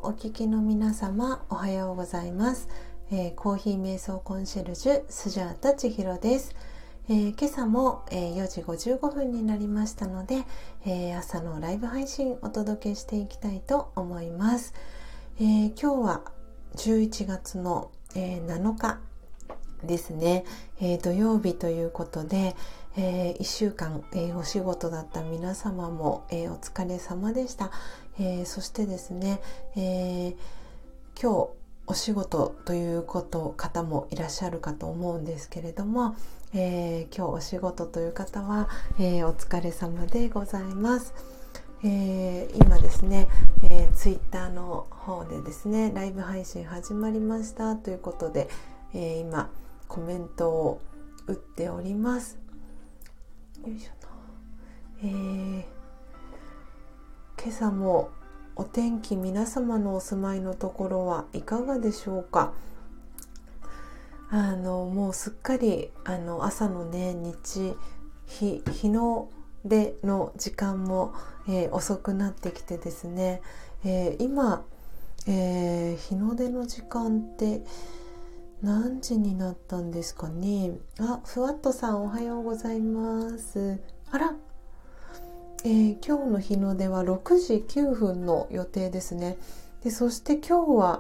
お聞きの皆様、おはようございます。コーヒー瞑想コンシェルジュスジャータ千尋です。今朝も、4時55分になりましたので、朝のライブ配信お届けしていきたいと思います。今日は11月の、7日ですね、土曜日ということで、1週間、お仕事だった皆様も、お疲れ様でした。そしてですね、今日お仕事という方もいらっしゃるかと思うんですけれども、今日お仕事という方は、お疲れ様でございます。今ですね、ツイッターの方でですね、ライブ配信始まりましたということで、今コメントを打っております。よいしょと。今朝もお天気、皆様のお住まいのところはいかがでしょうか。もうすっかり朝のね、日の出の時間も、遅くなってきてですね、今、日の出の時間って何時になったんですかね。ふわっとさん、おはようございます。あら、今日の日の出は6時9分の予定ですね。で、そして今日は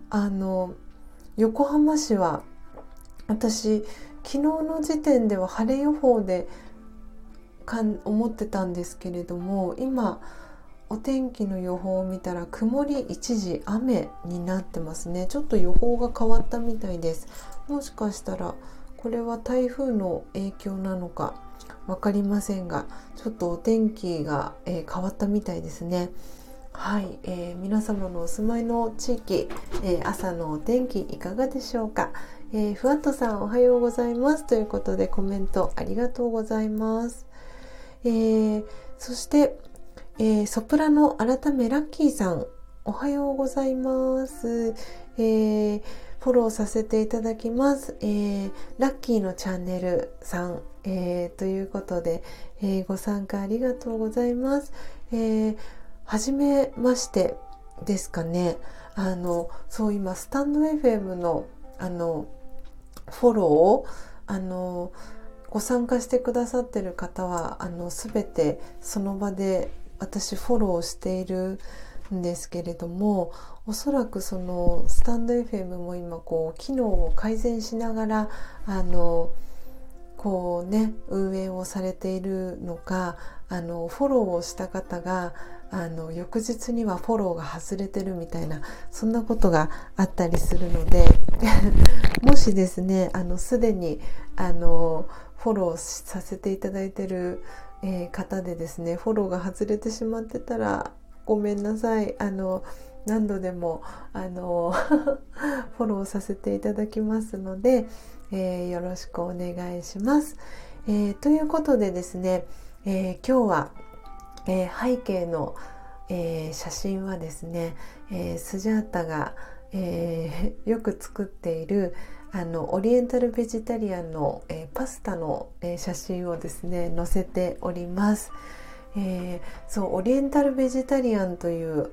横浜市は私昨日の時点では晴れ予報で思ってたんですけれども、今お天気の予報を見たら曇り一時雨になってますね。ちょっと予報が変わったみたいです。もしかしたらこれは台風の影響なのかわかりませんが、ちょっとお天気が、変わったみたいですね。はい、皆様のお住まいの地域、朝のお天気いかがでしょうか。ふわっとさん、おはようございますということでコメントありがとうございます。そして、ソプラノ改めラッキーさん、おはようございます。フォローさせていただきます。ラッキーのチャンネルさん、ということで、ご参加ありがとうございます。はじめましてですかね。そう今スタンド FM のフォローご参加してくださってる方はすべてその場で私フォローしているんですけれども、おそらくそのスタンド FM も今機能を改善しながら運営をされているのか、フォローをした方が翌日にはフォローが外れてるみたいな、そんなことがあったりするのでもしですねすでにフォローさせていただいている、方でですね、フォローが外れてしまってたらごめんなさい。何度でもフォローさせていただきますので、よろしくお願いします。ということでですね、今日は、背景の、写真はですね、スジャータが、よく作っているオリエンタルベジタリアンの、パスタの、写真をですね載せております。オリエンタルベジタリアンという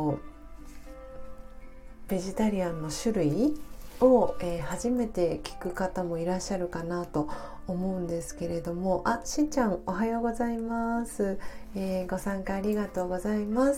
ベジタリアンの種類を、初めて聞く方もいらっしゃるかなと思うんですけれども、しんちゃんおはようございます。ご参加ありがとうございます。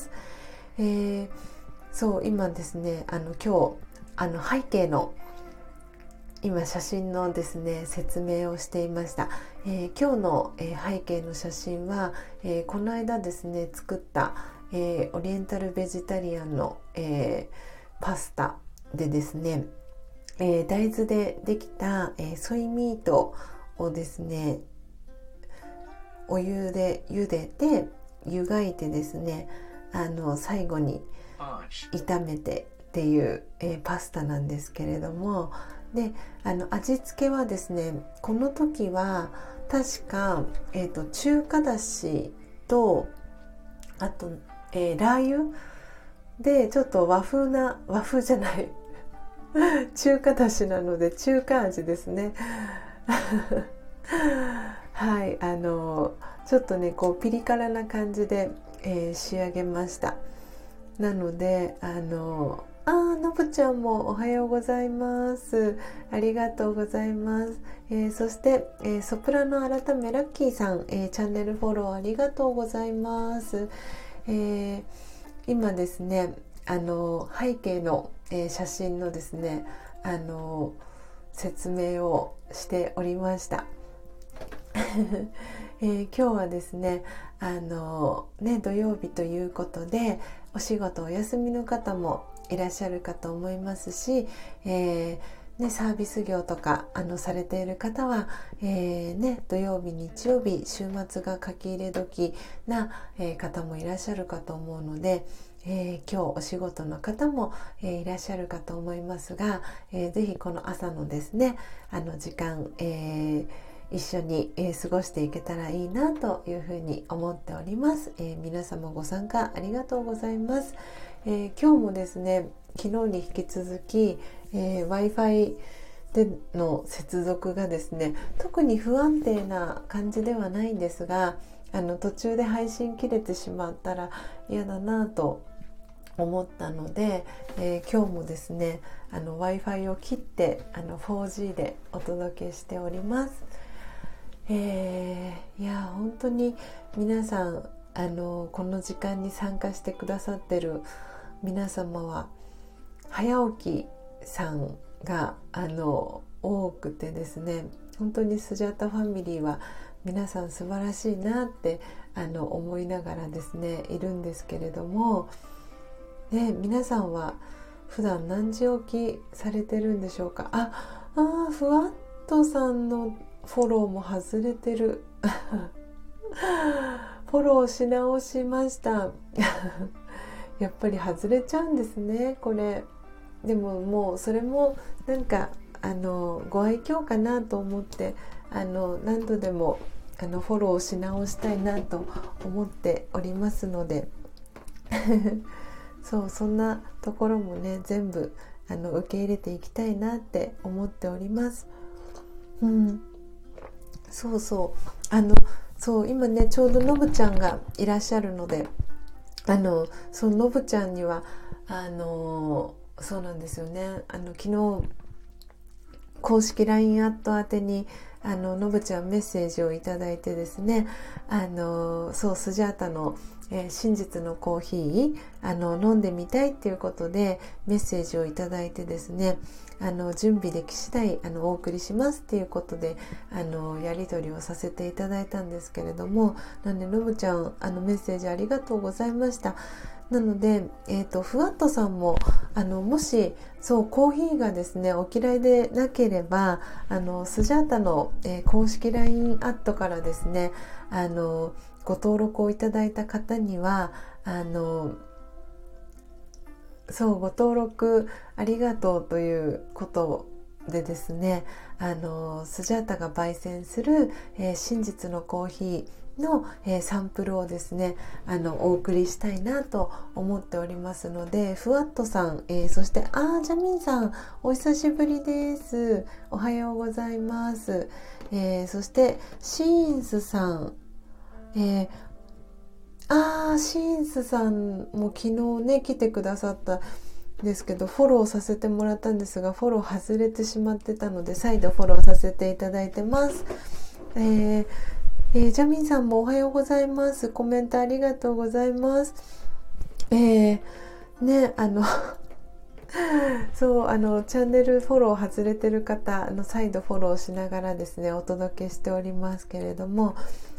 今ですね今日背景の今写真のですね説明をしていました。今日の、背景の写真は、この間ですね作った、オリエンタルベジタリアンの、パスタでですね、大豆でできた、ソイミートをですねお湯で茹でて湯がいてですね最後に炒めてっていう、パスタなんですけれども、で味付けはですねこの時は確か、中華だしとあと、ラー油でちょっと和風じゃない中華だしなので中華味ですねはい、ちょっとねピリ辛な感じで、仕上げました。 なのでのぶちゃんもおはようございます。ありがとうございます。そして、ソプラノ改めラッキーさん、チャンネルフォローありがとうございます。今ですね、背景の、写真のですね、説明をしておりました。今日はですね、土曜日ということでお仕事お休みの方もいらっしゃるかと思いますし、サービス業とかされている方は、土曜日日曜日週末が書き入れ時な、方もいらっしゃるかと思うので、今日お仕事の方も、いらっしゃるかと思いますが、ぜひこの朝のですね時間、一緒に、過ごしていけたらいいなというふうに思っております。皆様ご参加ありがとうございます。今日もですね、昨日に引き続き、Wi-Fi での接続がですね、特に不安定な感じではないんですが、途中で配信切れてしまったら嫌だなと思ったので、今日もですねWi-Fi を切って4G でお届けしております。いや本当に皆さんこの時間に参加してくださってる皆様は早起きさんが多くてですね、本当にスジャータファミリーは皆さん素晴らしいなって思いながらですねいるんですけれども、皆さんは普段何時起きされてるんでしょうか。ふわっとさんのフォローも外れてるフォローし直しましたやっぱり外れちゃうんですね、これ。でももうそれもなんかご愛嬌かなと思って何度でもフォローし直したいなと思っておりますのでそんなところもね全部受け入れていきたいなって思っております。今ねちょうどのぶちゃんがいらっしゃるのでのぶちゃんにはそうなんですよね、昨日公式 LINE アット宛てにのぶちゃんメッセージをいただいてですね、スジャータの、真実のコーヒー飲んでみたいっていうことでメッセージをいただいてですね、準備でき次第お送りしますっていうことでやり取りをさせていただいたんですけれども、なんでのぶちゃんメッセージありがとうございました。なので、ふわっとさんももしコーヒーがですねお嫌いでなければスジャータの、公式 LINE アットからですねご登録をいただいた方にはご登録ありがとうということでですねスジャータが焙煎する、真実のコーヒーの、サンプルをですねお送りしたいなと思っておりますので、ふわっとさん、そしてジャミンさんお久しぶりです。おはようございます。そしてシーンスさん、シーンスさんも昨日ね来てくださったんですけどフォローさせてもらったんですがフォロー外れてしまってたので再度フォローさせていただいてます。ジャミンさんもおはようございます。コメントありがとうございます。チャンネルフォロー外れてる方再度フォローしながらですねお届けしておりますけれども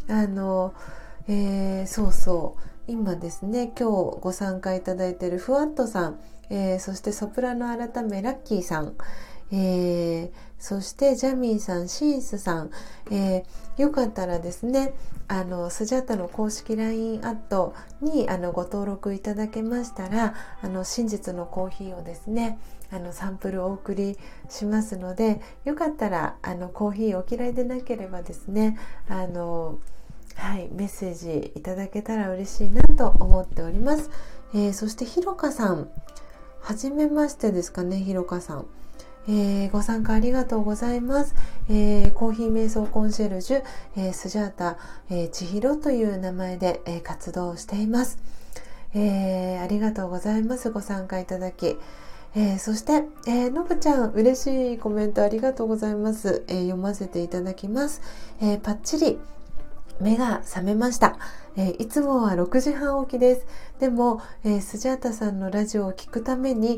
今ですね今日ご参加いただいているふわっとさん、そしてソプラノ改めラッキーさん、そしてジャミーさん、シースさん、よかったらですねスジャータの公式 LINE アットにご登録いただけましたら真実のコーヒーをですねサンプルをお送りしますので、よかったらコーヒーお嫌いでなければですねメッセージいただけたら嬉しいなと思っております。そしてひろかさん、はじめましてですかね。ひろかさん、ご参加ありがとうございます。コーヒー瞑想コンシェルジュ、スジャータ、千尋という名前で、活動しています。 ありがとうございます。ご参加いただき。そして、のぶちゃん、嬉しいコメントありがとうございます。読ませていただきます。パッチリ目が覚めました。いつもは6時半起きです。でも、スジャータさんのラジオを聞くために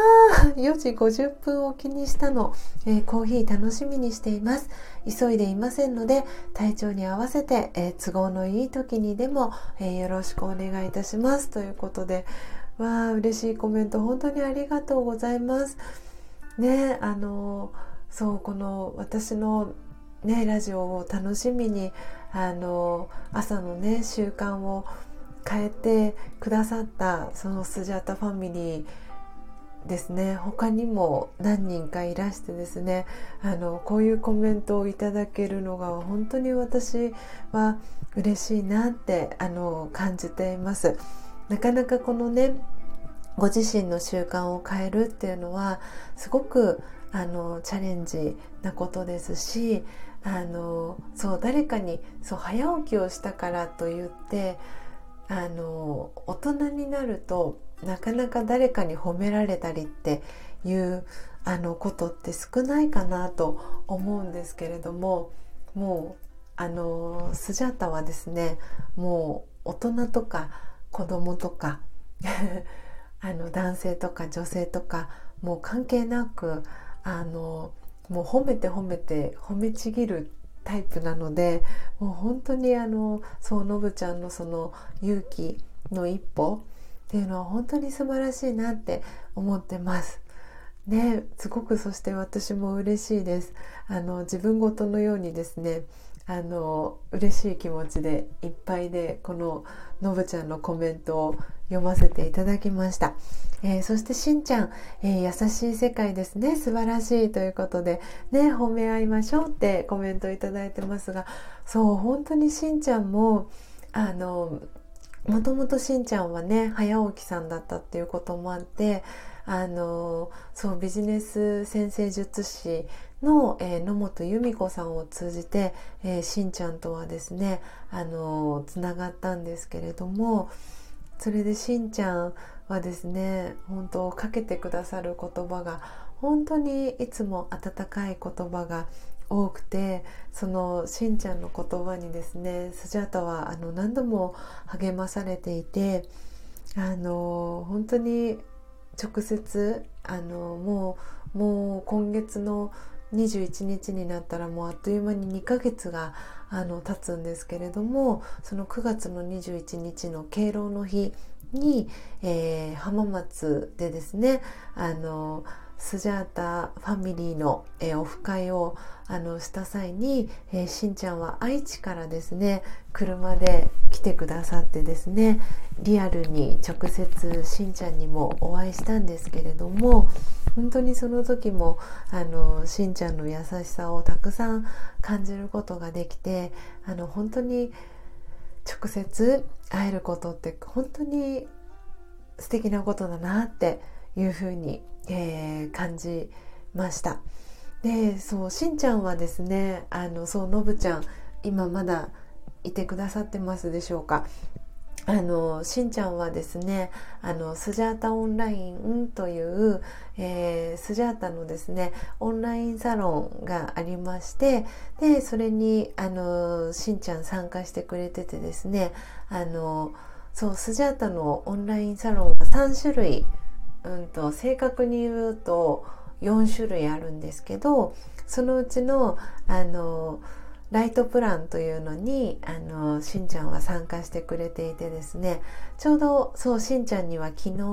4時50分起きにしたの、コーヒー楽しみにしています。急いでいませんので体調に合わせて、都合のいい時にでも、よろしくお願いいたしますということで、嬉しいコメント本当にありがとうございますね。そうこの私のねラジオを楽しみに朝のね習慣を変えてくださったそのスジャータファミリーですね、他にも何人かいらしてですね、こういうコメントをいただけるのが本当に私は嬉しいなって感じています。なかなかこのねご自身の習慣を変えるっていうのはすごくチャレンジなことですし、そう誰かに早起きをしたからといって大人になるとなかなか誰かに褒められたりっていうことって少ないかなと思うんですけれども、もうスジャータはですね、もう大人とか子供とか男性とか女性とかもう関係なくもう褒めて褒めちぎるタイプなので、もう本当にそうのぶちゃんのその勇気の一歩っていうのは本当に素晴らしいなって思ってますね。すごくそして私も嬉しいです。自分ごとのようにですね嬉しい気持ちでいっぱいでこののぶちゃんのコメントを読ませていただきました。そしてしんちゃん、優しい世界ですね、素晴らしいということでね、褒め合いましょうってコメントいただいてますが、そう本当にしんちゃんももともとしんちゃんはね早起きさんだったっていうこともあってそうビジネス先生術師の、野本由美子さんを通じて、しんちゃんとはですねつながったんですけれども、それでしんちゃんはですね本当かけてくださる言葉が本当にいつも温かい言葉が多くて、そのしんちゃんの言葉にですねスジャータは何度も励まされていて、本当に直接もう今月の21日になったらもうあっという間に2ヶ月が経つんですけれども、その9月の21日の敬老の日に、浜松でですねスジャータファミリーの、オフ会をした際に、しんちゃんは愛知からですね車で来てくださってですね、リアルに直接しんちゃんにもお会いしたんですけれども、本当にその時もしんちゃんの優しさをたくさん感じることができて、本当に直接会えることって本当に素敵なことだなっていうふうに感じました。で、そうしんちゃんはですねそうのぶちゃん今まだいてくださってますでしょうか。しんちゃんはですねスジャータオンラインという、スジャータのですねオンラインサロンがありまして、でそれにしんちゃん参加してくれててですねそうスジャータのオンラインサロンは3種類正確に言うと4種類あるんですけど、そのうちのライトプランというのにしんちゃんは参加してくれていてですね、ちょうどそうしんちゃんには昨日、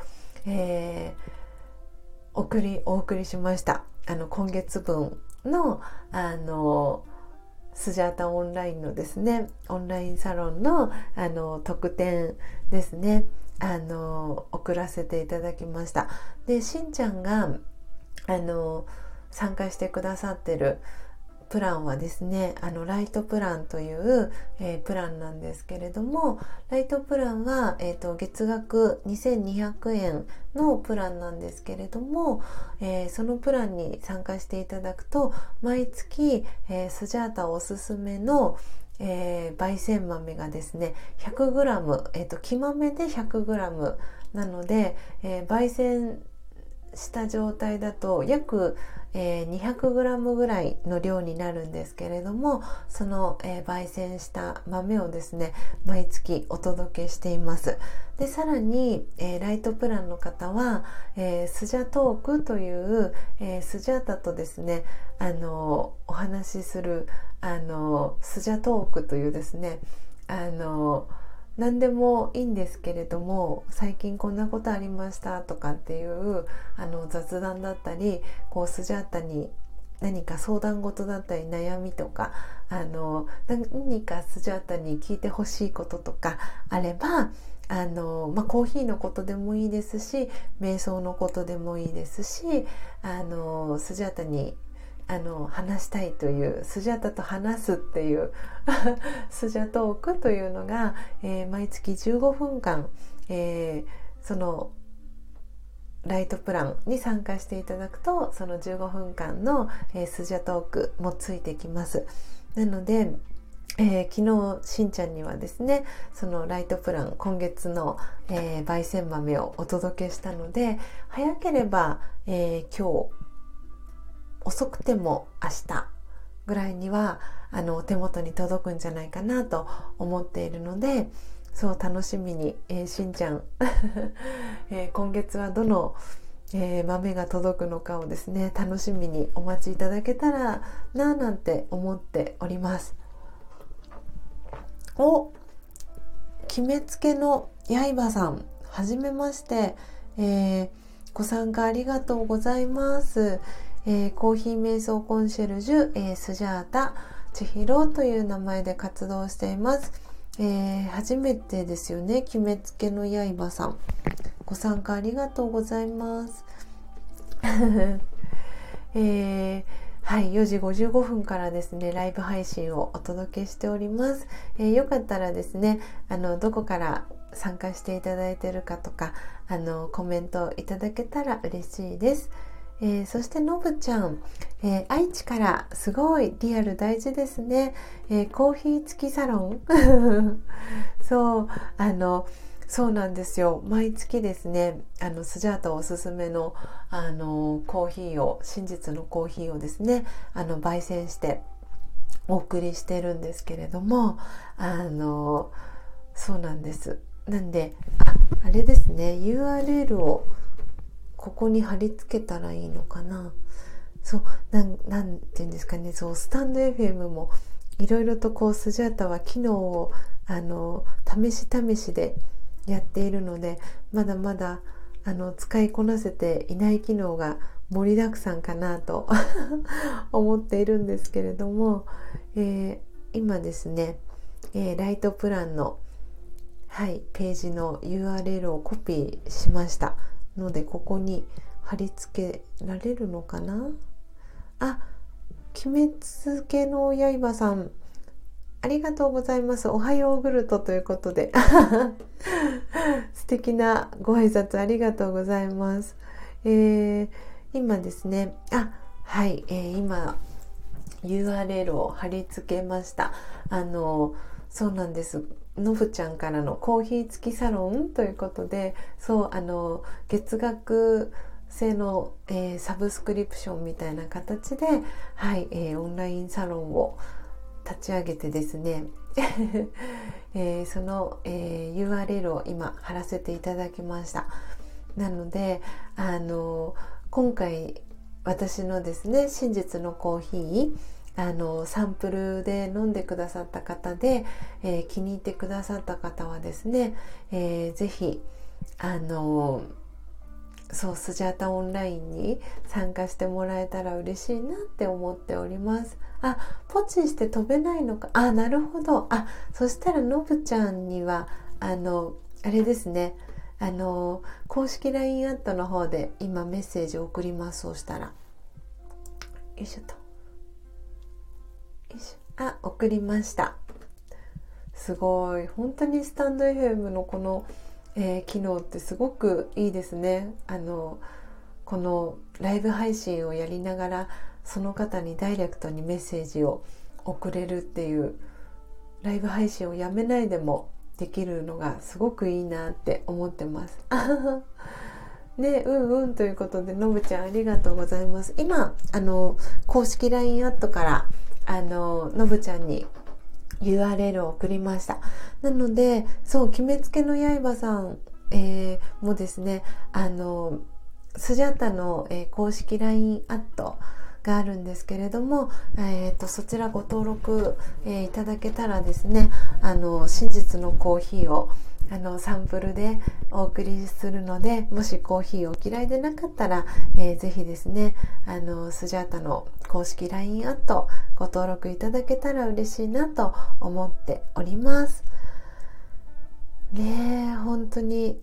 お送りしました今月分のスジャータオンラインのですねオンラインサロンの特典ですね送らせていただきました。でしんちゃんが参加してくださってるプランはですねライトプランという、プランなんですけれども、ライトプランは、月額2200円のプランなんですけれども、そのプランに参加していただくと毎月、スジャータおすすめの、 焙煎豆がですね 100g、生豆で 100g なので、焙煎した状態だと約、200g ぐらいの量になるんですけれども、その、焙煎した豆をですね毎月お届けしています。でさらに、ライトプランの方は、スジャトークという、スジャータとですねお話しするスジャトークというですね何でもいいんですけれども、最近こんなことありましたとかっていう雑談だったり、こうスジャータに何か相談事だったり悩みとか何かスジャータに聞いてほしいこととかあればコーヒーのことでもいいですし、瞑想のことでもいいですし、スジャータに話したいという、スジャタと話すっていうスジャトークというのが、毎月15分間、そのライトプランに参加していただくと、その15分間の、スジャトークもついてきます。なので、昨日しんちゃんにはですねそのライトプラン今月の、焙煎豆をお届けしたので、早ければ、今日遅くても明日ぐらいにはお手元に届くんじゃないかなと思っているので、そう楽しみに、しんちゃん、今月はどの、豆が届くのかをですね楽しみにお待ちいただけたらななんて思っております。決めつけの刃さん、はじめまして、ご参加ありがとうございます。コーヒー瞑想コンシェルジュ、スジャータ千尋という名前で活動しています。初めてですよね、決めつけの刃さん、ご参加ありがとうございます。はい、4時55分からですねライブ配信をお届けしております。よかったらですねどこから参加していただいているかとかコメントいただけたら嬉しいです。そしてのぶちゃん、愛知から、すごいリアル大事ですね。コーヒー付きサロンそうなんですよ。毎月ですねスジャータおすすめのコーヒーを、真実のコーヒーをですね焙煎してお送りしてるんですけれども、そうなんです。なんであれですね、 URL をここに貼り付けたらいいのかな。そうなんていうんですかね、そうスタンド FM もいろいろとこうスジャータは機能を試しでやっているので、まだまだ使いこなせていない機能が盛りだくさんかなと思っているんですけれども、今ですね、ライトプランの、ページの URL をコピーしましたので、ここに貼り付けられるのかな。決めつけの刃さん、ありがとうございます。おはヨーグルトということで素敵なご挨拶ありがとうございます。今ですね今 URL を貼り付けました。そうなんです、のぶちゃんからのコーヒー付きサロンということで、月額制の、サブスクリプションみたいな形で、オンラインサロンを立ち上げてですねその、URL を今貼らせていただきました。なので今回私のですね真実のコーヒーサンプルで飲んでくださった方で、気に入ってくださった方はですね、ぜひスジャータオンラインに参加してもらえたら嬉しいなって思っております。ポチして飛べないのか。なるほど。そしたらのぶちゃんにはあれですね、公式 LINE アットの方で今メッセージを送ります。そうしたらよいしょと、送りました。すごい、本当にスタンド FM のこの、機能ってすごくいいですね。このライブ配信をやりながらその方にダイレクトにメッセージを送れるっていう、 ライブ配信をやめないでもできるのがすごくいいなって思ってますね、ということで、のぶちゃんありがとうございます。今公式 LINE アットからのぶちゃんに URL を送りました。なので、そう、決めつけの刃さん、もですね、スジャタの、公式 LINE アットがあるんですけれども、そちらご登録、いただけたらですね、真実のコーヒーをサンプルでお送りするので、もしコーヒーを嫌いでなかったら、ぜひですね、スジャータの公式 LINE アットご登録いただけたら嬉しいなと思っております。ねえ、本当に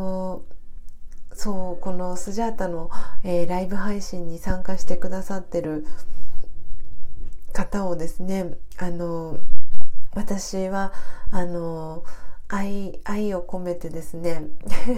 そう、このスジャータの、ライブ配信に参加してくださってる方をですね、私は愛を込めてですね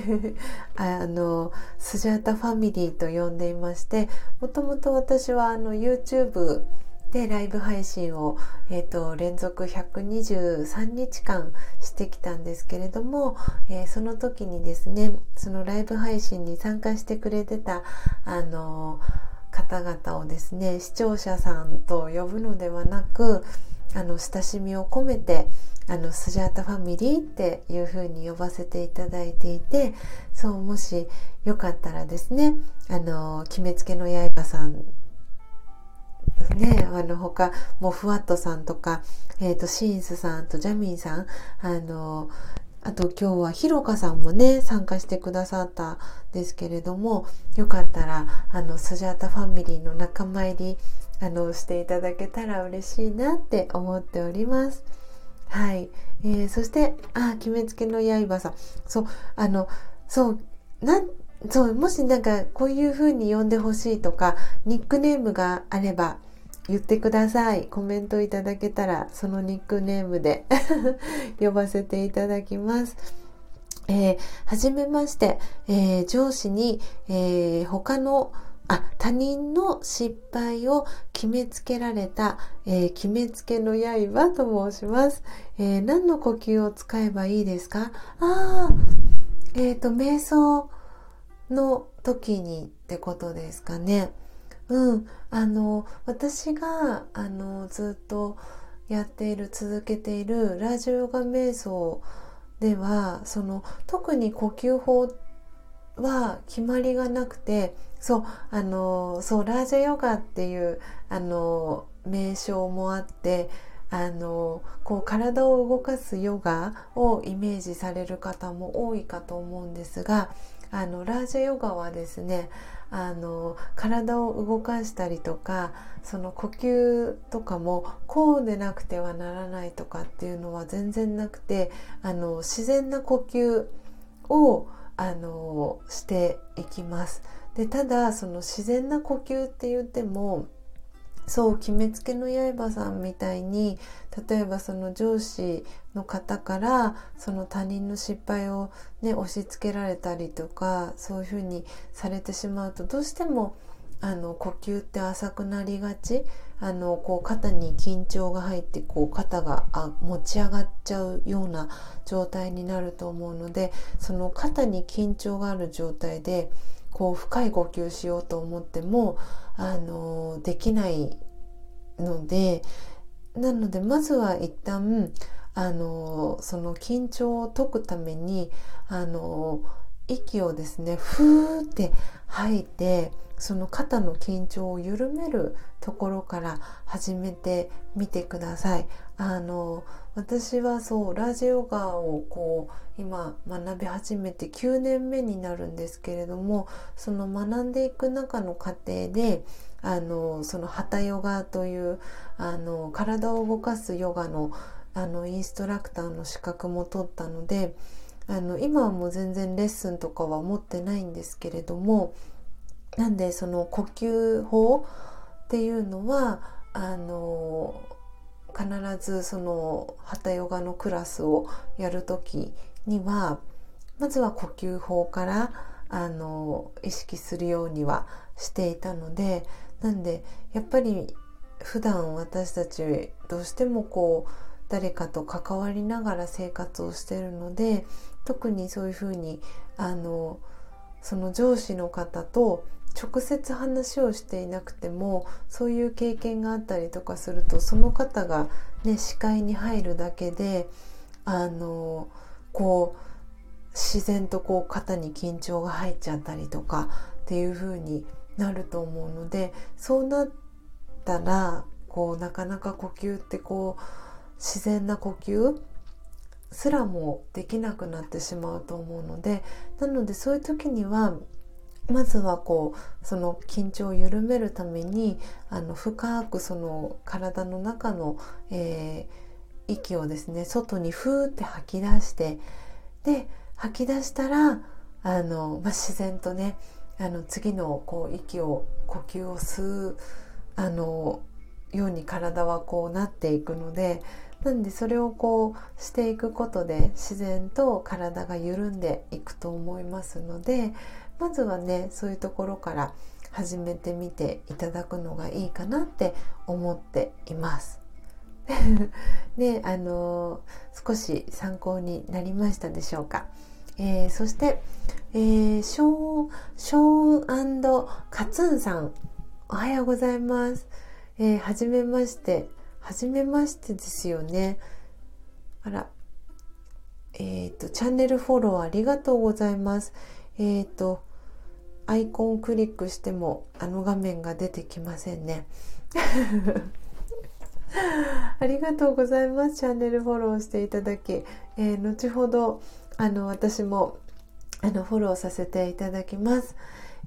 スジャータファミリーと呼んでいまして、もともと私はYouTube でライブ配信を、連続123日間してきたんですけれども、その時にですね、そのライブ配信に参加してくれてた方々をですね、視聴者さんと呼ぶのではなく、親しみを込めてスジャータファミリーっていう風に呼ばせていただいていて、そう、もしよかったらですね、決めつけの刃さんね、他もうふわっとさんとか、シンスさんとジャミンさん、あと今日はひろかさんもね参加してくださったんですけれども、よかったらスジャータファミリーの仲間入りしていただけたら嬉しいなって思っております。はい、そして決めつけの刃さん、そうもしなんかこういう風に呼んでほしいとかニックネームがあれば言ってください。コメントいただけたらそのニックネームで呼ばせていただきます。はじめまして、上司に、他人の失敗を決めつけられた、決めつけの刃と申します。何の呼吸を使えばいいですか？瞑想の時にってことですかね。私がずっと続けているラージャヨガ瞑想では、特に呼吸法は決まりがなくて、ラージャヨガっていう名称もあって、体を動かすヨガをイメージされる方も多いかと思うんですが、ラージャヨガはですね、体を動かしたりとか、その呼吸とかもこうでなくてはならないとかっていうのは全然なくて、自然な呼吸をしていきます。で、ただその自然な呼吸って言っても、そう決めつけの刃さんみたいに、例えばその上司の方からその他人の失敗をね押し付けられたりとか、そういうふうにされてしまうと、どうしても呼吸って浅くなりがち、肩に緊張が入って肩が持ち上がっちゃうような状態になると思うので、その肩に緊張がある状態で深い呼吸しようと思ってもできないので、なのでまずは一旦その緊張を解くために息をですねふーって吐いて、その肩の緊張を緩めるところから始めてみてください。私はラージャヨガを今学び始めて9年目になるんですけれども、その学んでいく中の過程でそのハタヨガという体を動かすヨガのインストラクターの資格も取ったので、今はもう全然レッスンとかは持ってないんですけれども、なんでその呼吸法っていうのは必ずそのハタヨガのクラスをやるときにはまずは呼吸法から意識するようにはしていたので、なんでやっぱり普段私たちどうしても誰かと関わりながら生活をしているので、特にそういうふうにその上司の方と直接話をしていなくても、そういう経験があったりとかすると、その方が、ね、視界に入るだけでこう自然とこう肩に緊張が入っちゃったりとかっていう風になると思うので、そうなったらこうなかなか呼吸ってこう自然な呼吸すらもできなくなってしまうと思うので、なのでそういう時にはまずはこうその緊張を緩めるために深くその体の中の、息をですね外にふーって吐き出して、で吐き出したら自然とね次のこう呼吸を吸うように体はこうなっていくので、なんでそれをこうしていくことで自然と体が緩んでいくと思いますので、まずはねそういうところから始めてみていただくのがいいかなって思っていますで、少し参考になりましたでしょうか。そして、ショーンカツンさん、おはようございます。はじめましてですよね。あら、チャンネルフォローありがとうございます。アイコンクリックしても画面が出てきませんねありがとうございます。チャンネルフォローしていただき、後ほど私もフォローさせていただきます。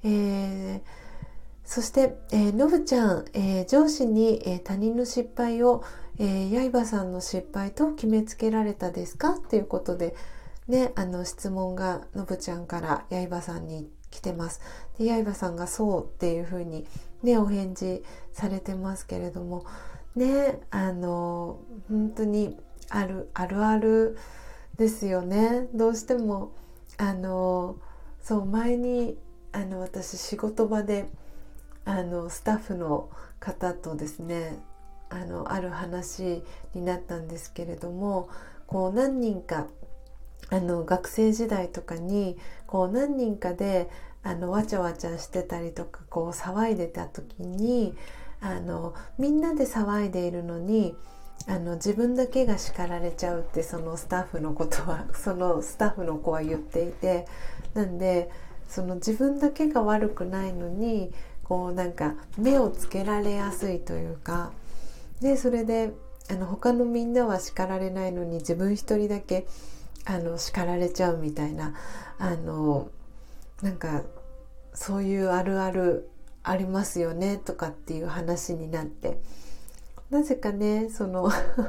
そして、のぶちゃん、上司に、他人の失敗を、刃さんの失敗と決めつけられたですかっていうことで、ね、質問がのぶちゃんから刃さんに来てます。で、刃さんがそうっていうふうに、ね、お返事されてますけれどもね、本当にあるあるですよね。どうしてもそう前に私仕事場でスタッフの方とですねある話になったんですけれども、こう何人か学生時代とかにこう何人かでわちゃわちゃしてたりとかこう騒いでた時にみんなで騒いでいるのに自分だけが叱られちゃうってそのスタッフの子は言っていて、なんでその自分だけが悪くないのにこうなんか目をつけられやすいというかで、それで他のみんなは叱られないのに自分一人だけ叱られちゃうみたいななんかそういうあるあるありますよねとかっていう話になって、なぜかねその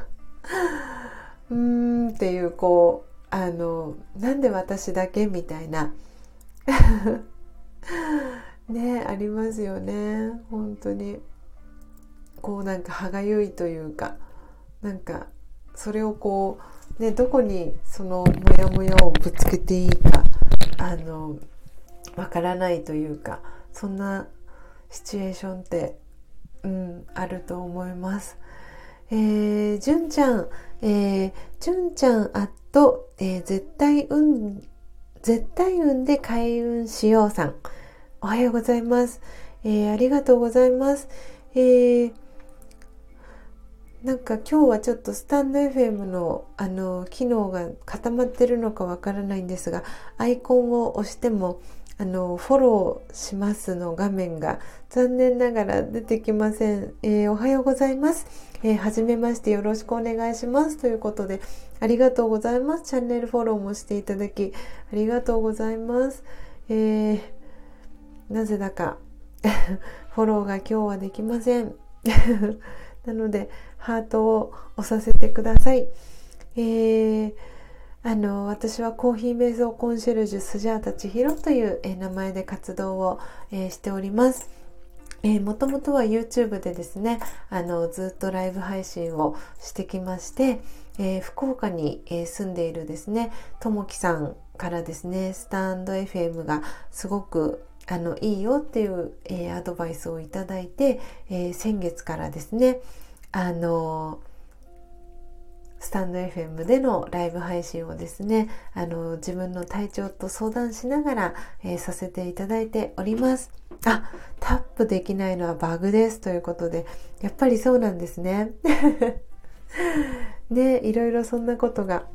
っていうこうなんで私だけみたいなねありますよね。本当にこうなんか歯がゆいというか、なんかそれをこうねどこにそのモヤモヤをぶつけていいかわからないというか、そんなシチュエーションってあると思います。じゅんちゃん絶対運で開運しようさん、おはようございます。ありがとうございます。なんか今日はちょっとスタンド FM の機能が固まってるのかわからないんですが、アイコンを押してもフォローしますの画面が残念ながら出てきません。おはようございます。はじめましてよろしくお願いしますということで、ありがとうございます。チャンネルフォローもしていただきありがとうございます。なぜだかフォローが今日はできませんなのでハートを押させてください。私はコーヒー瞑想コンシェルジュスジャータ千尋という、名前で活動を、しております。もともとは YouTube でですねずっとライブ配信をしてきまして、福岡に、住んでいるですねともきさんからですねスタンド FM がすごくいいよっていう、アドバイスをいただいて、先月からですねスタンド FM でのライブ配信をですね、自分の体調と相談しながら、させていただいております。タップできないのはバグですということで、やっぱりそうなんですね。ね、いろいろそんなことが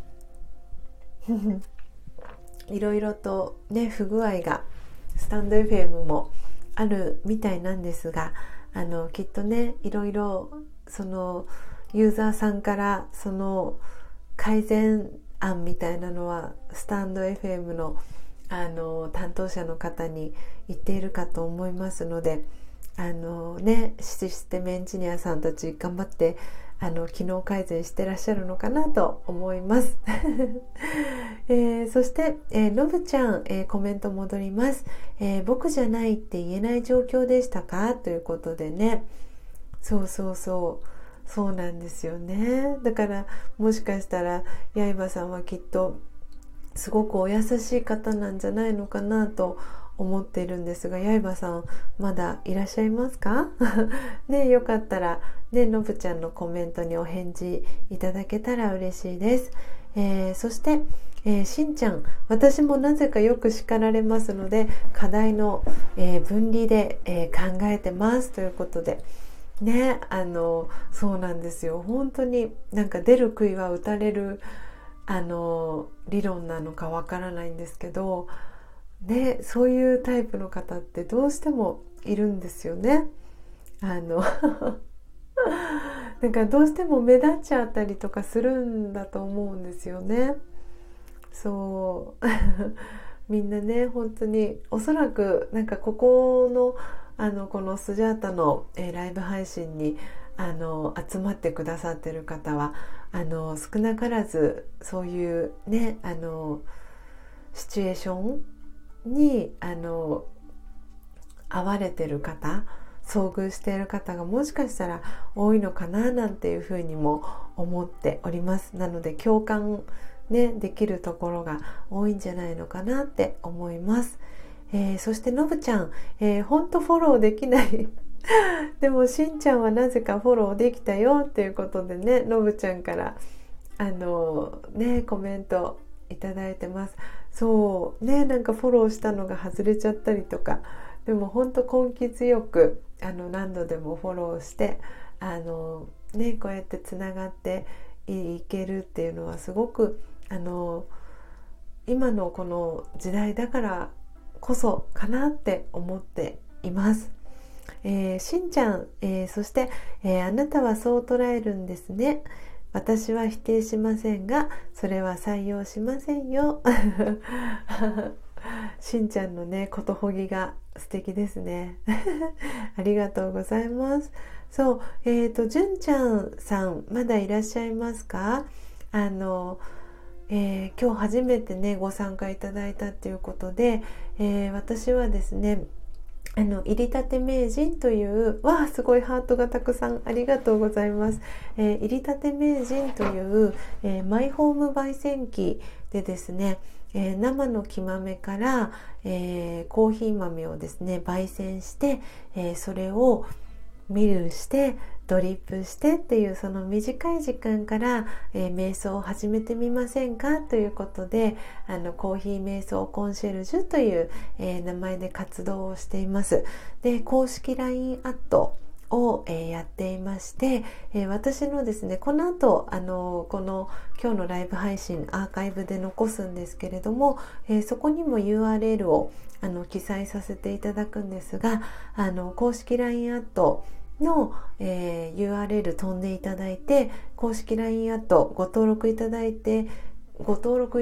いろいろとね、不具合がスタンド FM もあるみたいなんですが、きっとね、いろいろそのユーザーさんからその改善案みたいなのはスタンド FM の担当者の方に言っているかと思いますので、システムエンジニアさんたち頑張って機能改善してらっしゃるのかなと思います。そして、のぶちゃん、コメント戻ります。僕じゃないって言えない状況でしたかということでね、そうなんですよね。だからもしかしたら八重歯さんはきっとすごくお優しい方なんじゃないのかなと思っているんですが、八重歯さんまだいらっしゃいますか？ね、よかったらね、のぶちゃんのコメントにお返事いただけたら嬉しいです。そして、しんちゃん、私もなぜかよく叱られますので課題の、分離で、考えてますということでね、そうなんですよ。本当になんか出る杭は打たれる理論なのかわからないんですけどね、そういうタイプの方ってどうしてもいるんですよね。だからどうしても目立っちゃったりとかするんだと思うんですよね。そうみんなね、本当におそらくなんかここのこのスジャータの、ライブ配信に集まってくださってる方は少なからずそういうねシチュエーションに遭われてる方、遭遇している方がもしかしたら多いのかななんていうふうにも思っております。なので共感ねできるところが多いんじゃないのかなって思います。そしてのぶちゃん、ほんとフォローできないでもしんちゃんはなぜかフォローできたよっていうことでね、のぶちゃんからコメントいただいてます。そうね、なんかフォローしたのが外れちゃったりとか、でもほんと根気強く何度でもフォローしてこうやってつながっていけるっていうのはすごく今のこの時代だからこそかなって思っています。しんちゃん、そして、あなたはそう捉えるんですね。私は否定しませんがそれは採用しませんよしんちゃんのねことほぎが素敵ですねありがとうございます。そう、じゅんちゃんさんまだいらっしゃいますか？今日初めてねご参加いただいたっていうことで、私はですね入りたて名人というすごいハートがたくさんありがとうございます。入りたて名人という、マイホーム焙煎機でですね、生の木豆から、コーヒー豆をですね焙煎して、それをミルしてドリップしてっていうその短い時間から、瞑想を始めてみませんかということでコーヒー瞑想コンシェルジュという、名前で活動をしています。で公式 LINE アットを、やっていまして、私のですねこの後この今日のライブ配信アーカイブで残すんですけれども、そこにも URL を記載させていただくんですが公式 LINE アットの、URL 飛んでいただいて公式 LINE アットご登録いただいて登録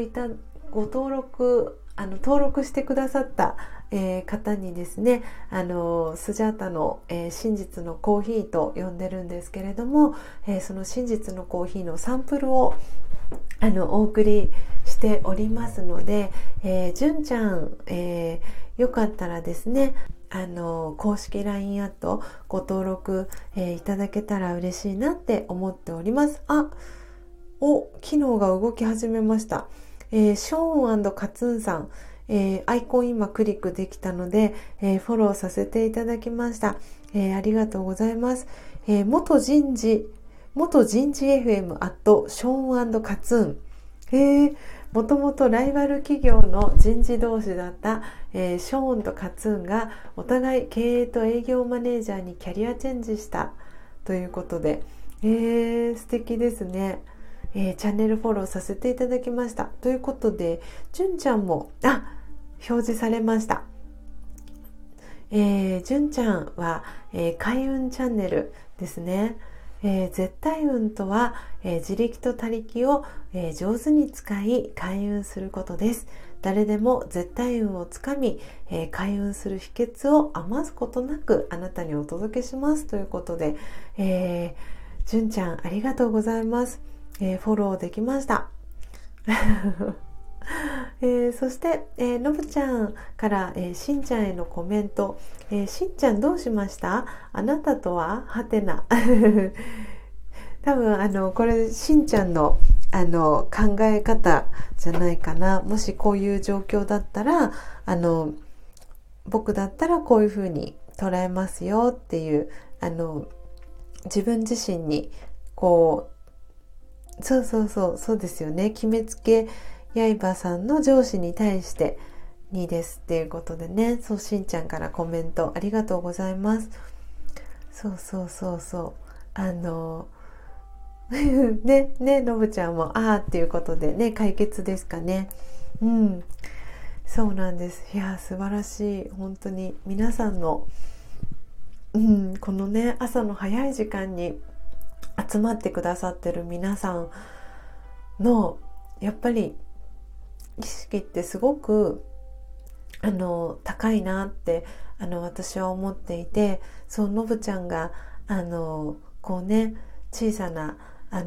してくださった、方にですねスジャータの、真実のコーヒーと呼んでるんですけれども、その真実のコーヒーのサンプルをお送りしておりますので、じゅんちゃん、よかったらですね公式 LINE アットご登録、いただけたら嬉しいなって思っております。機能が動き始めました。ショーン&カツンさん、アイコン今クリックできたので、フォローさせていただきました。ありがとうございます。元人事元人事 FM ショーン&カツーン。もともとライバル企業の人事同士だった、ショーンとカツーンがお互い経営と営業マネージャーにキャリアチェンジしたということで、素敵ですね。チャンネルフォローさせていただきました。ということで、じゅんちゃんも表示されました。じゅんちゃんは、開運チャンネルですね。絶対運とは、自力と他力を、上手に使い開運することです。誰でも絶対運をつかみ、開運する秘訣を余すことなくあなたにお届けしますということで、じゅんちゃんありがとうございます。フォローできました。そして、のぶちゃんから、しんちゃんへのコメント、しんちゃんどうしました？あなたとははてな多分これしんちゃんの考え方じゃないかな。もしこういう状況だったら僕だったらこういうふうに捉えますよっていう自分自身にこうそうですよね。決めつけ刃さんの上司に対して2ですっていうことでね、しんちゃんからコメントありがとうございます。ねのぶちゃんもっていうことでね、解決ですかね。そうなんです。いや素晴らしい。本当に皆さんの、このね朝の早い時間に集まってくださってる皆さんのやっぱり意識ってすごく高いなって私は思っていて、のぶちゃんがこうね小さな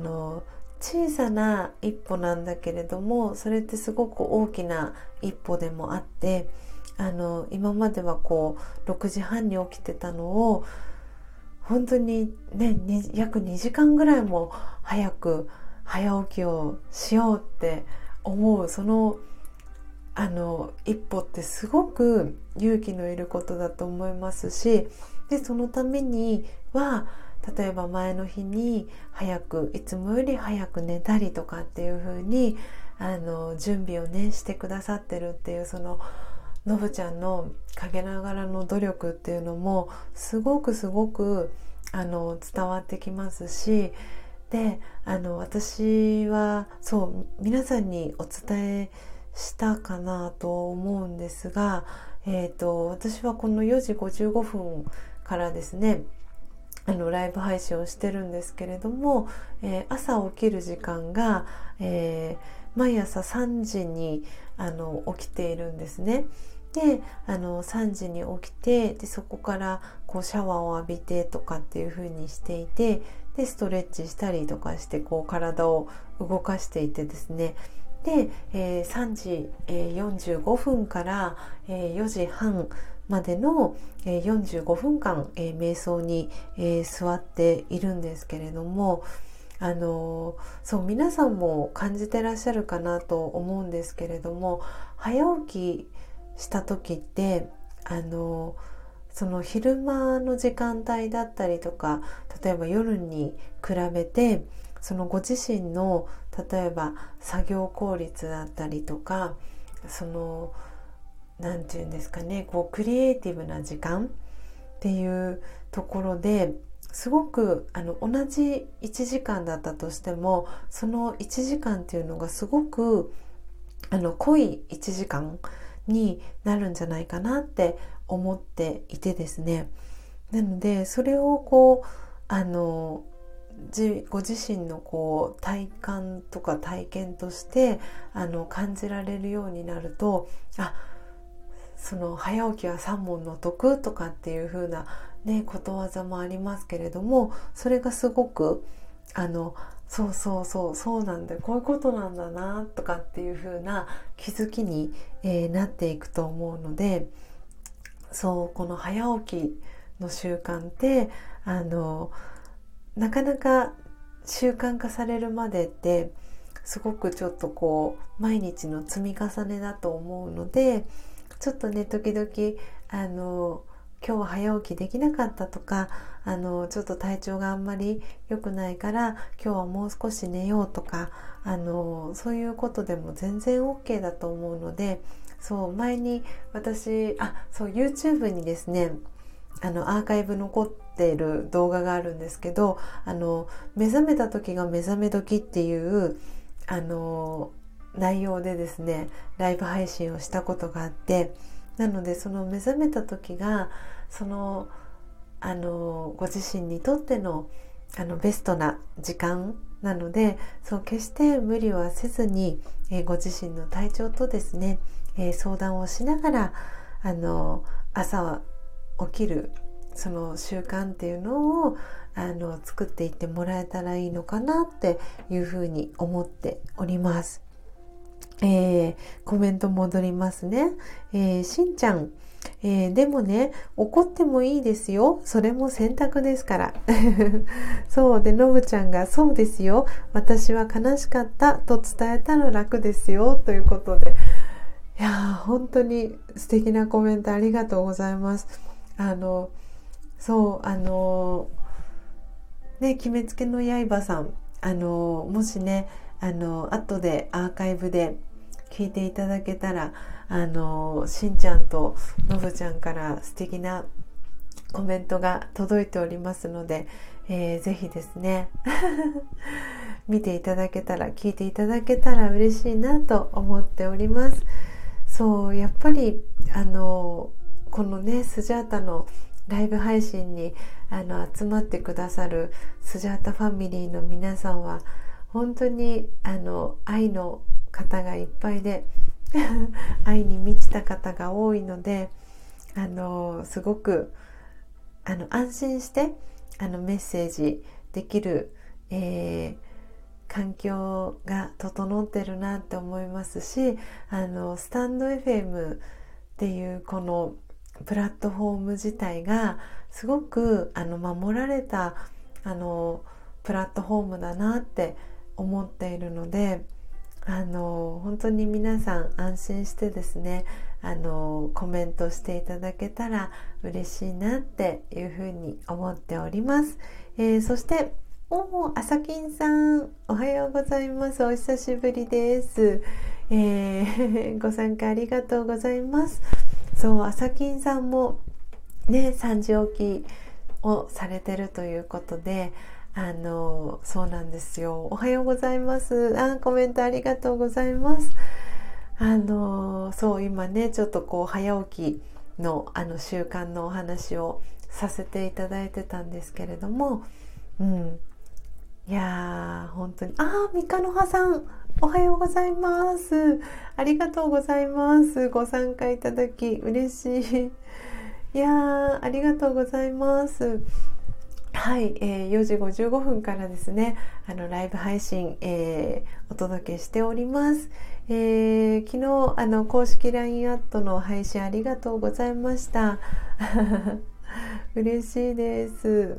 一歩なんだけれども、それってすごく大きな一歩でもあって、今まではこう6時半に起きてたのを本当にね約2時間ぐらいも早く早起きをしようって思う、その一歩ってすごく勇気のいることだと思いますし、でそのためには例えば前の日にいつもより早く寝たりとかっていう風に準備をねしてくださってるっていう、そののぶちゃんの陰ながらの努力っていうのもすごく伝わってきますし、で私は皆さんにお伝えしたかなと思うんですが、私はこの4時55分からですねライブ配信をしてるんですけれども、朝起きる時間が、毎朝3時に起きているんですね。で3時に起きて、でそこからこうシャワーを浴びてとかっていう風にしていて、でストレッチしたりとかしてこう体を動かしていてですね、で、3時、45分から、4時半までの、45分間、瞑想に、座っているんですけれども、皆さんも感じてらっしゃるかなと思うんですけれども、早起きした時ってその昼間の時間帯だったりとか、例えば夜に比べてそのご自身の例えば作業効率だったりとか、なんていうんですかね、こうクリエイティブな時間っていうところですごく同じ1時間だったとしても、その1時間っていうのがすごく濃い1時間になるんじゃないかなって思っていてですね。なのでそれをこうご自身のこう体感とか体験として感じられるようになると、その早起きは三問の得とかっていう風なねことわざもありますけれども、それがすごくそうなんだよ、こういうことなんだなとかっていう風な気づきに、なっていくと思うので、この早起きの習慣ってなかなか習慣化されるまでってすごくちょっとこう毎日の積み重ねだと思うので、ちょっとね時々 今日は早起きできなかったとか、ちょっと体調があんまり良くないから今日はもう少し寝ようとか、そういうことでも全然 OK だと思うので、そう前に私YouTube にですねアーカイブ残っている動画があるんですけど、目覚めた時が目覚め時っていう内容でですねライブ配信をしたことがあって、なのでその目覚めた時がそのご自身にとってのベストな時間なので、そう決して無理はせずに、ご自身の体調とですね、相談をしながら朝は起きるその習慣っていうのを作っていってもらえたらいいのかなっていうふうに思っております。コメント戻りますね。しんちゃん、でもね怒ってもいいですよ、それも選択ですからそうで、のぶちゃんがそうですよ、私は悲しかったと伝えたら楽ですよということで、いやー本当に素敵なコメントありがとうございます。決めつけの刃さん、もしね後でアーカイブで聞いていただけたらしんちゃんとのぶちゃんから素敵なコメントが届いておりますので、ぜひですね見ていただけたら聞いていただけたら嬉しいなと思っております。そうやっぱりこのねスジャータのライブ配信に集まってくださるスジャータファミリーの皆さんは本当に愛の方がいっぱいで愛に満ちた方が多いので、すごく安心してメッセージできる、環境が整ってるなって思いますし、スタンド FM っていうこのプラットフォーム自体がすごく守られたプラットフォームだなって思っているので、本当に皆さん安心してですねコメントしていただけたら嬉しいなっていうふうに思っております。そしてあさきんさんおはようございます。お久しぶりです。ご参加ありがとうございます。そうあさきんさんもね3時起きをされてるということでそうなんですよ。おはようございます。コメントありがとうございます。そう今ねちょっと早起きの習慣のお話をさせていただいてたんですけれども、いやー本当に三日の葉さんおはようございます。ありがとうございます。ご参加いただき嬉しい。いやーありがとうございます。はい、4時55分からですねライブ配信、お届けしております。昨日公式 LINE アットの配信ありがとうございました嬉しいです。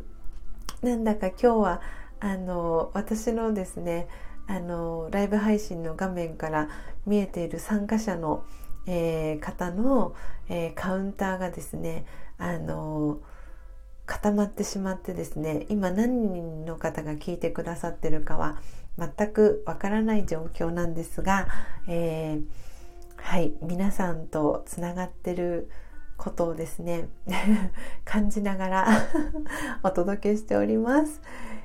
なんだか今日は私のですねライブ配信の画面から見えている参加者の、方の、カウンターがですね固まってしまってですね今何人の方が聞いてくださってるかは全くわからない状況なんですが、はい皆さんとつながってることをですね感じながらお届けしております。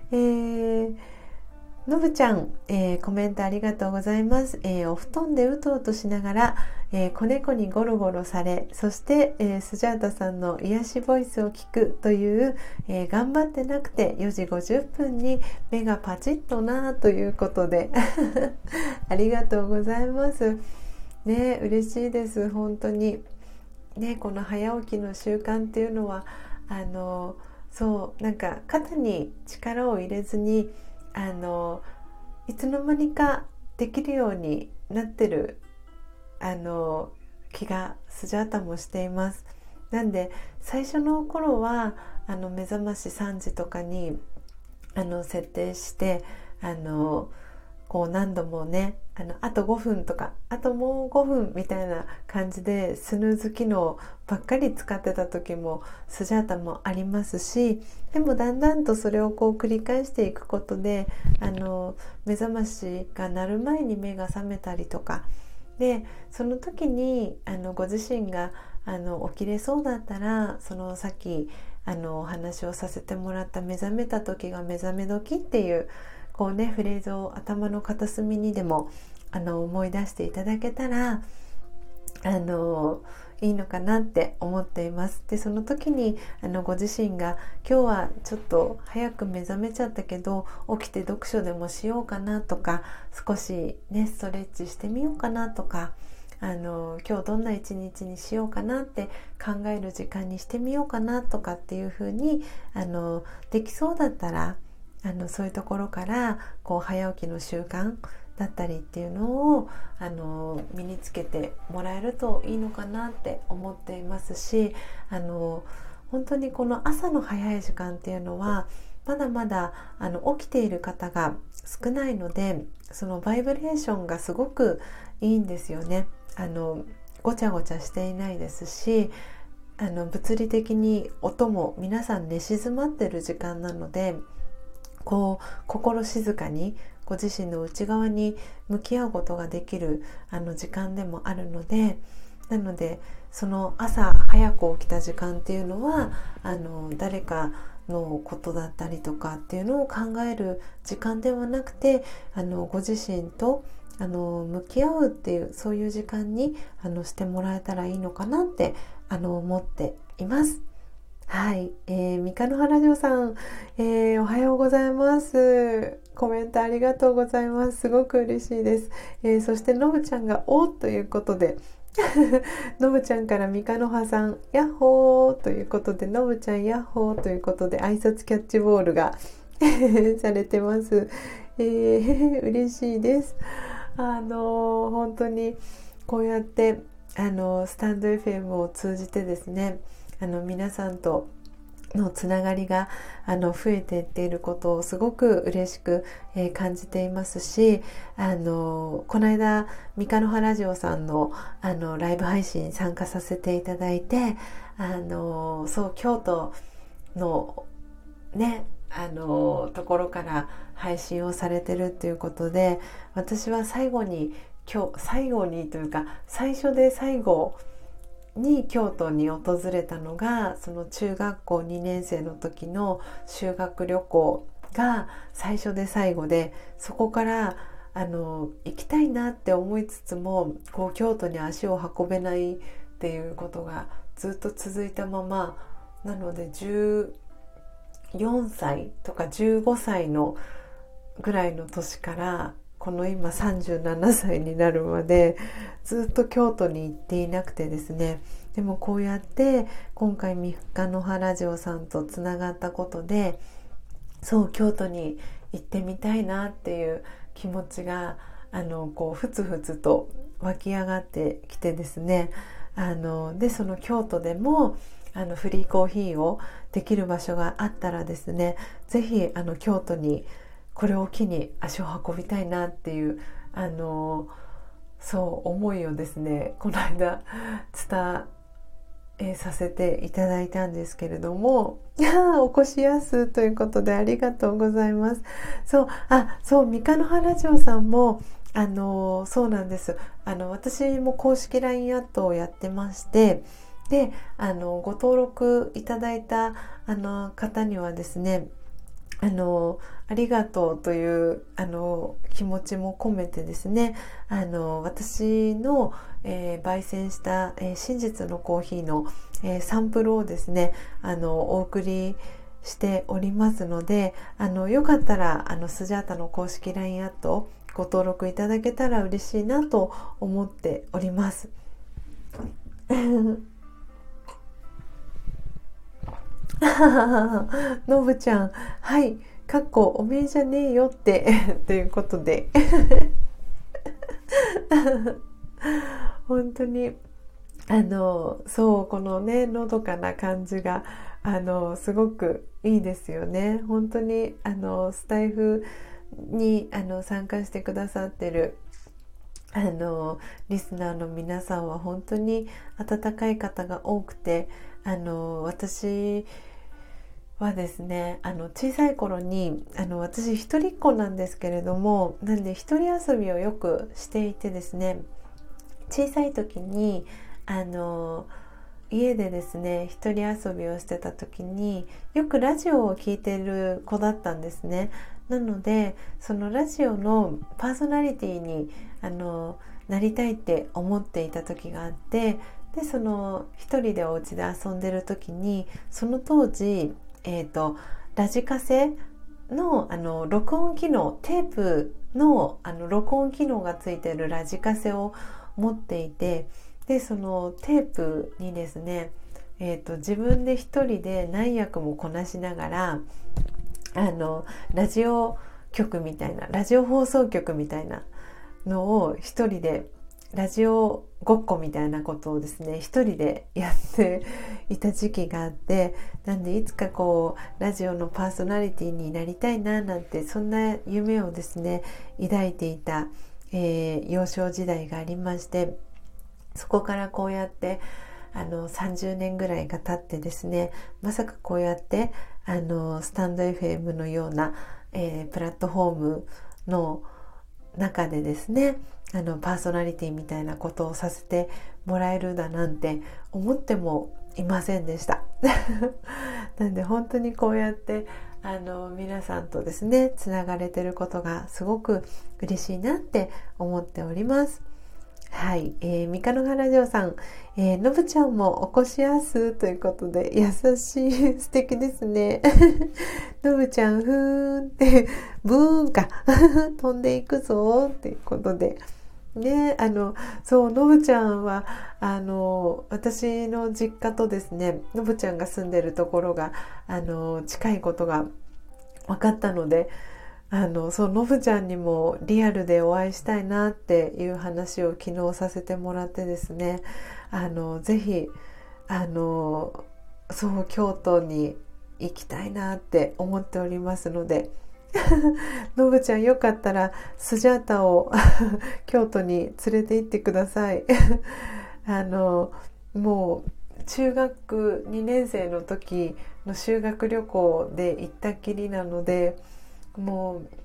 のぶちゃん、コメントありがとうございます。お布団でうとうとしながら、子猫にゴロゴロされ、そして、スジャータさんの癒しボイスを聞くという、頑張ってなくて4時50分に目がパチッとなということでありがとうございます。ね、嬉しいです本当に。ね、この早起きの習慣っていうのはそうなんか肩に力を入れずにいつの間にかできるようになってる気がスジャータもしています。なんで最初の頃は目覚まし3時とかに設定して何度もねあと5分とかあともう5分みたいな感じでスヌーズ機能ばっかり使ってた時もスジャータもありますし、でもだんだんとそれをこう繰り返していくことで目覚ましが鳴る前に目が覚めたりとかで、その時にご自身が起きれそうだったら、そのさっきお話をさせてもらった目覚めた時が目覚め時っていうこうねフレーズを頭の片隅にでも思い出していただけたらいいのかなって思っています。でその時にご自身が今日はちょっと早く目覚めちゃったけど起きて読書でもしようかなとか、少しねストレッチしてみようかなとか、今日どんな一日にしようかなって考える時間にしてみようかなとかっていう風にできそうだったらそういうところからこう早起きの習慣だったりっていうのを身につけてもらえるといいのかなって思っていますし、本当にこの朝の早い時間っていうのはまだまだ起きている方が少ないので、そのバイブレーションがすごくいいんですよね。ごちゃごちゃしていないですし、物理的に音も皆さん寝静まってる時間なので、こう心静かにご自身の内側に向き合うことができる時間でもあるので、なのでその朝早く起きた時間っていうのは誰かのことだったりとかっていうのを考える時間ではなくて、ご自身と向き合うっていうそういう時間にしてもらえたらいいのかなって思っています。はい、三日野原城さん、おはようございます。コメントありがとうございます。すごく嬉しいです。そしてのぶちゃんがおということでのぶちゃんから三日野原さんヤッホーということで、のぶちゃんヤッホーということで挨拶キャッチボールがされてます。嬉しいです。本当にこうやってスタンド FM を通じてですね、皆さんとのつながりが増えていっていることをすごく嬉しく、感じていますし、この間三日野原ラジオさんのライブ配信参加させていただいて、そう京都のねところから配信をされてるっていうことで、私は最後にというか最初で最後に京都に訪れたのがその中学校2年生の時の修学旅行が最初で最後で、そこから行きたいなって思いつつもこう京都に足を運べないっていうことがずっと続いたままなので、14歳とか15歳のぐらいの年からこの今37歳になるまでずっと京都に行っていなくてですね、でもこうやって今回三日野原城さんとつながったことで、そう京都に行ってみたいなっていう気持ちがこうふつふつと湧き上がってきてですね、でその京都でもフリーコーヒーをできる場所があったらですね、ぜひ京都にこれを機に足を運びたいなっていうそう思いをですね、この間伝えさせていただいたんですけれども、お越しやすということでありがとうございます。そう三日野原城さんもそうなんです。私も公式 LINE アットをやってまして、でご登録いただいた方にはですね、ありがとうという気持ちも込めてですね、私の、焙煎した、真実のコーヒーの、サンプルをですねお送りしておりますので、よかったらスジャータの公式 LINE アットご登録いただけたら嬉しいなと思っております。のぶちゃん、はい、かっこおめえじゃねえよってということで本当にそうこのねのどかな感じがすごくいいですよね。本当にスタイフに参加してくださってるリスナーの皆さんは本当に温かい方が多くて、私はですね、小さい頃に私一人っ子なんですけれども、なんで一人遊びをよくしていてですね、小さい時に家でですね一人遊びをしてた時によくラジオを聞いている子だったんですね。なのでそのラジオのパーソナリティになりたいって思っていた時があって、でその一人でお家で遊んでる時にその当時、ラジカセの録音機能、テープの録音機能がついているラジカセを持っていて、でそのテープにですね、自分で一人で何役もこなしながらラジオ局みたいな、ラジオ放送局みたいなのを一人で、ラジオごっこみたいなことをですね一人でやっていた時期があって、なんでいつかこうラジオのパーソナリティになりたいななんて、そんな夢をですね抱いていた、幼少時代がありまして、そこからこうやって30年ぐらいが経ってですね、まさかこうやってスタンド FM のような、プラットフォームの中でですねパーソナリティみたいなことをさせてもらえるだなんて思ってもいませんでしたなんで本当にこうやって皆さんとですねつながれてることがすごく嬉しいなって思っております。はい、三日野原城さん、のぶちゃんもお越しやすということで、優しい、素敵ですね。のぶちゃん、ふーんって、ブーンか、飛んでいくぞっていうことで。ね、そう、のぶちゃんは、私の実家とですね、のぶちゃんが住んでるところが、近いことが分かったので、そうのぶちゃんにもリアルでお会いしたいなっていう話を昨日させてもらってですね、ぜひそう京都に行きたいなって思っておりますのでのぶちゃんよかったらスジャータを京都に連れて行ってくださいもう中学2年生の時の修学旅行で行ったきりなので、もう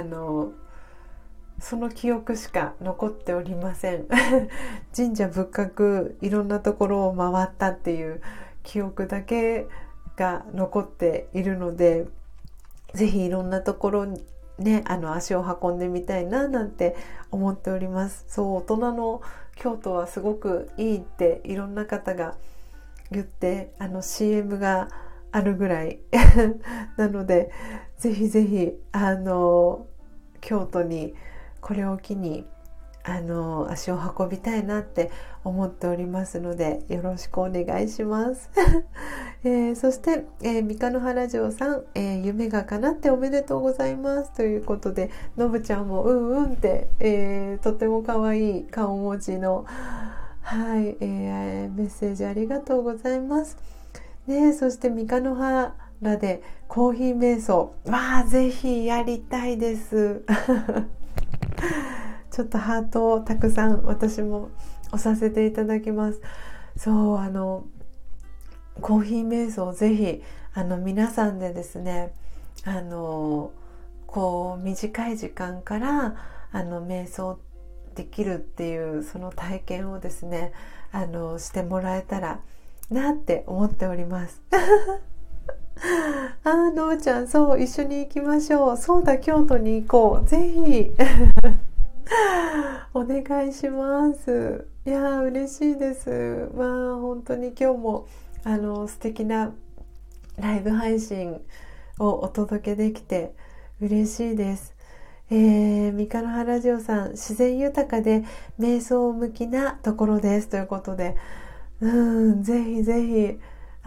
その記憶しか残っておりません神社仏閣いろんなところを回ったっていう記憶だけが残っているので、ぜひいろんなところにね足を運んでみたいななんて思っております。そう、大人の京都はすごくいいっていろんな方が言ってCM があるぐらいなので、ぜひぜひ京都にこれを機に足を運びたいなって思っておりますので、よろしくお願いします、そして、三日野原城さん、夢が叶っておめでとうございますということで、のぶちゃんもうんうんって、とても可愛い顔文字のはい、メッセージありがとうございますね。そして三日野原でコーヒー瞑想、ぜひやりたいですちょっとハートをたくさん私も押させていただきます。そうコーヒー瞑想ぜひ皆さんでですねこう短い時間から瞑想できるっていうその体験をですねしてもらえたらなって思っておりますのぶちゃん、そう一緒に行きましょう。そうだ、京都に行こう、ぜひお願いします。いや嬉しいです。本当に今日も素敵なライブ配信をお届けできて嬉しいです。三日野原城さん、自然豊かで瞑想向きなところですということで、ぜひぜひ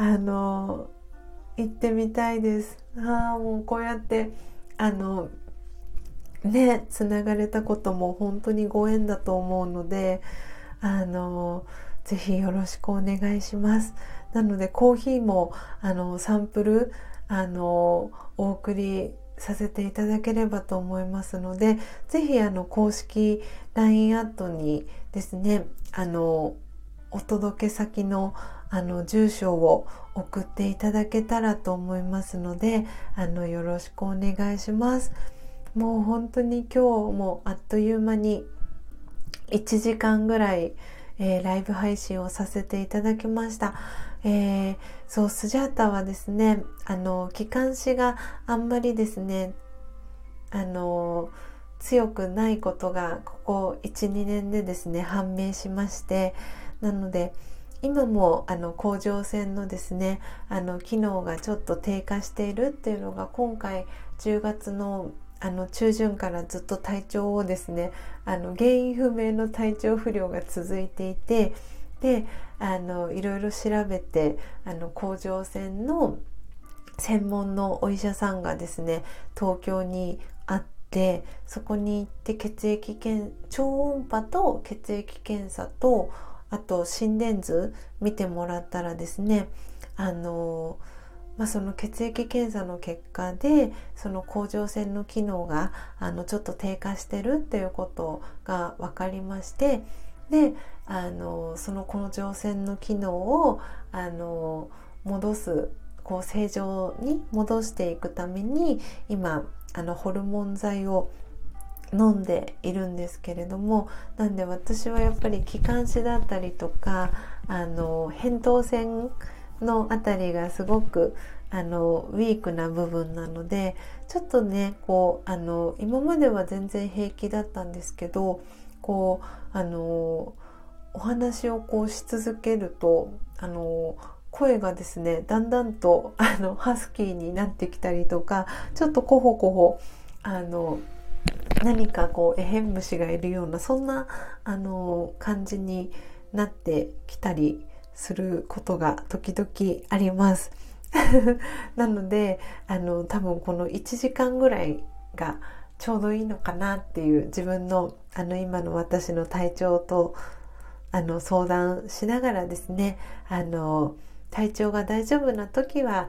行ってみたいです。もうこうやってつながれたことも本当にご縁だと思うのでぜひよろしくお願いします。なのでコーヒーもサンプルお送りさせていただければと思いますので、ぜひ公式 LINE アットにですね、お届け先の住所を送っていただけたらと思いますので、よろしくお願いします。もう本当に今日もあっという間に1時間ぐらい、ライブ配信をさせていただきました。そう、スジャータはですね、気管支があんまりですね、強くないことがここ 1,2 年でですね判明しまして、なので今も甲状腺のですね機能がちょっと低下しているっていうのが、今回10月の中旬からずっと体調をですね原因不明の体調不良が続いていて、でいろいろ調べて甲状腺の専門のお医者さんがですね東京にあって、そこに行って超音波と血液検査と、あと心電図見てもらったらですね、その血液検査の結果でその甲状腺の機能がちょっと低下してるっていうことが分かりまして、でその甲状腺の機能を戻す、正常に戻していくために今ホルモン剤を飲んでいるんですけれども、なんで私はやっぱり気管支だったりとか扁桃腺のあたりがすごくウィークな部分なので、ちょっとね今までは全然平気だったんですけど、お話をし続けると声がですねだんだんとハスキーになってきたりとか、ちょっとコホコホ何かエヘン虫がいるような、そんな感じになってきたりすることが時々ありますなので多分この1時間ぐらいがちょうどいいのかなっていう、自分の今の私の体調と相談しながらですね、体調が大丈夫な時は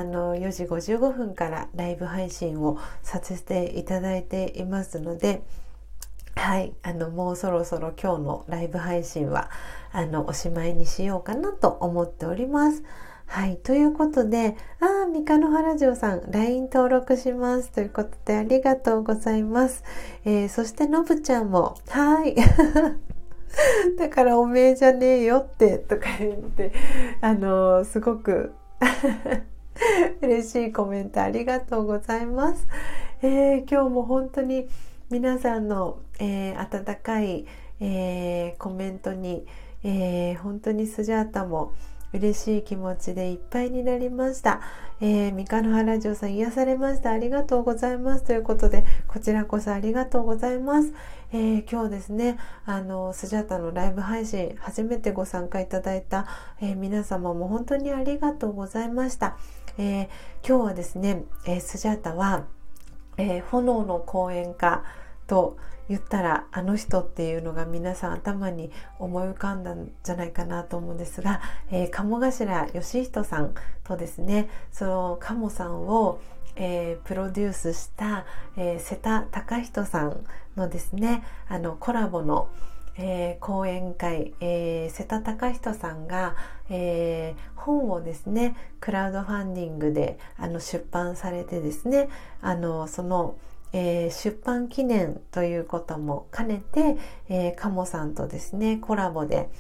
4時55分からライブ配信をさせていただいていますので、はい、もうそろそろ今日のライブ配信はおしまいにしようかなと思っております。はい、ということで、三日野原城さん LINE 登録しますということで、ありがとうございます。そしてのぶちゃんもはいだからおめえじゃねえよってとか言ってすごく嬉しいコメントありがとうございます。今日も本当に皆さんの、温かい、コメントに、本当にスジャータも嬉しい気持ちでいっぱいになりました。三日野原城さん癒されました、ありがとうございますということで、こちらこそありがとうございます。今日ですねスジャータのライブ配信初めてご参加いただいた、皆様も本当にありがとうございました。今日はですね、スジャータは、炎の講演家と言ったらあの人っていうのが皆さん頭に思い浮かんだんじゃないかなと思うんですが、鴨頭義人さんとですね、その鴨さんを、プロデュースした、瀬田隆人さんのですねコラボの、講演会、瀬田隆人さんが、本をですねクラウドファンディングで出版されてですねその出版記念ということも兼ねて、鴨さんとですねコラボで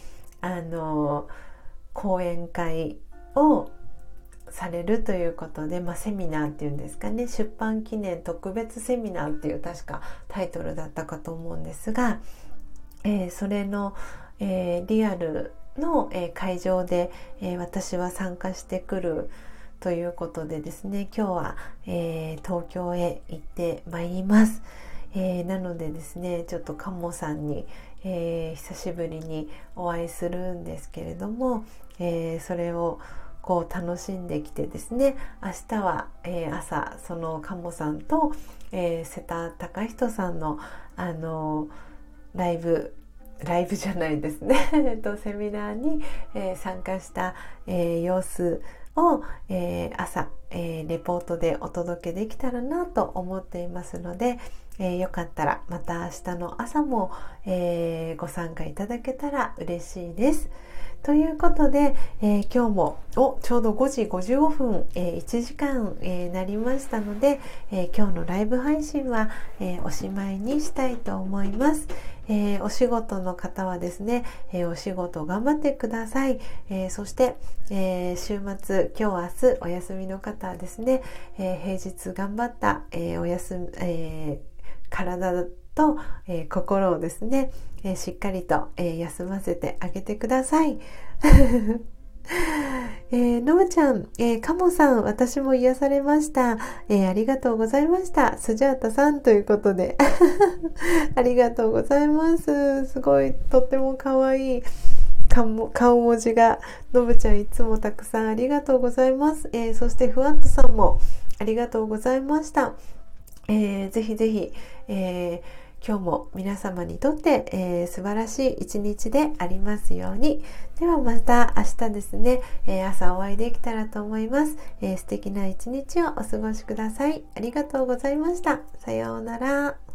講演会をされるということで、セミナーっていうんですかね、出版記念特別セミナーっていう確かタイトルだったかと思うんですが、それの、リアルの、会場で、私は参加してくるということでですね、今日は、東京へ行ってまいります。なのでですね、ちょっと鴨さんに、久しぶりにお会いするんですけれども、それを楽しんできてですね、明日は、朝その鴨さんと、瀬田隆人さんのライブじゃないですねセミナーに、参加した、様子を、朝、レポートでお届けできたらなと思っていますので、よかったらまた明日の朝も、ご参加いただけたら嬉しいです。ということで、今日もちょうど5時55分、1時間、なりましたので、今日のライブ配信は、おしまいにしたいと思います。お仕事の方はですね、お仕事頑張ってください。そして、週末、今日明日お休みの方はですね、平日頑張った、体と、心をですね、しっかりと、休ませてあげてください。のむちゃん、かもさん、私も癒されました。ありがとうございました。スジャータさんということでありがとうございます。すごい、とっても可愛い顔文字が、のぶちゃんいつもたくさんありがとうございます。そしてふわっとさんもありがとうございました。ぜひぜひ、今日も皆様にとって、素晴らしい一日でありますように。ではまた明日ですね、朝お会いできたらと思います。素敵な一日をお過ごしください。ありがとうございました。さようなら。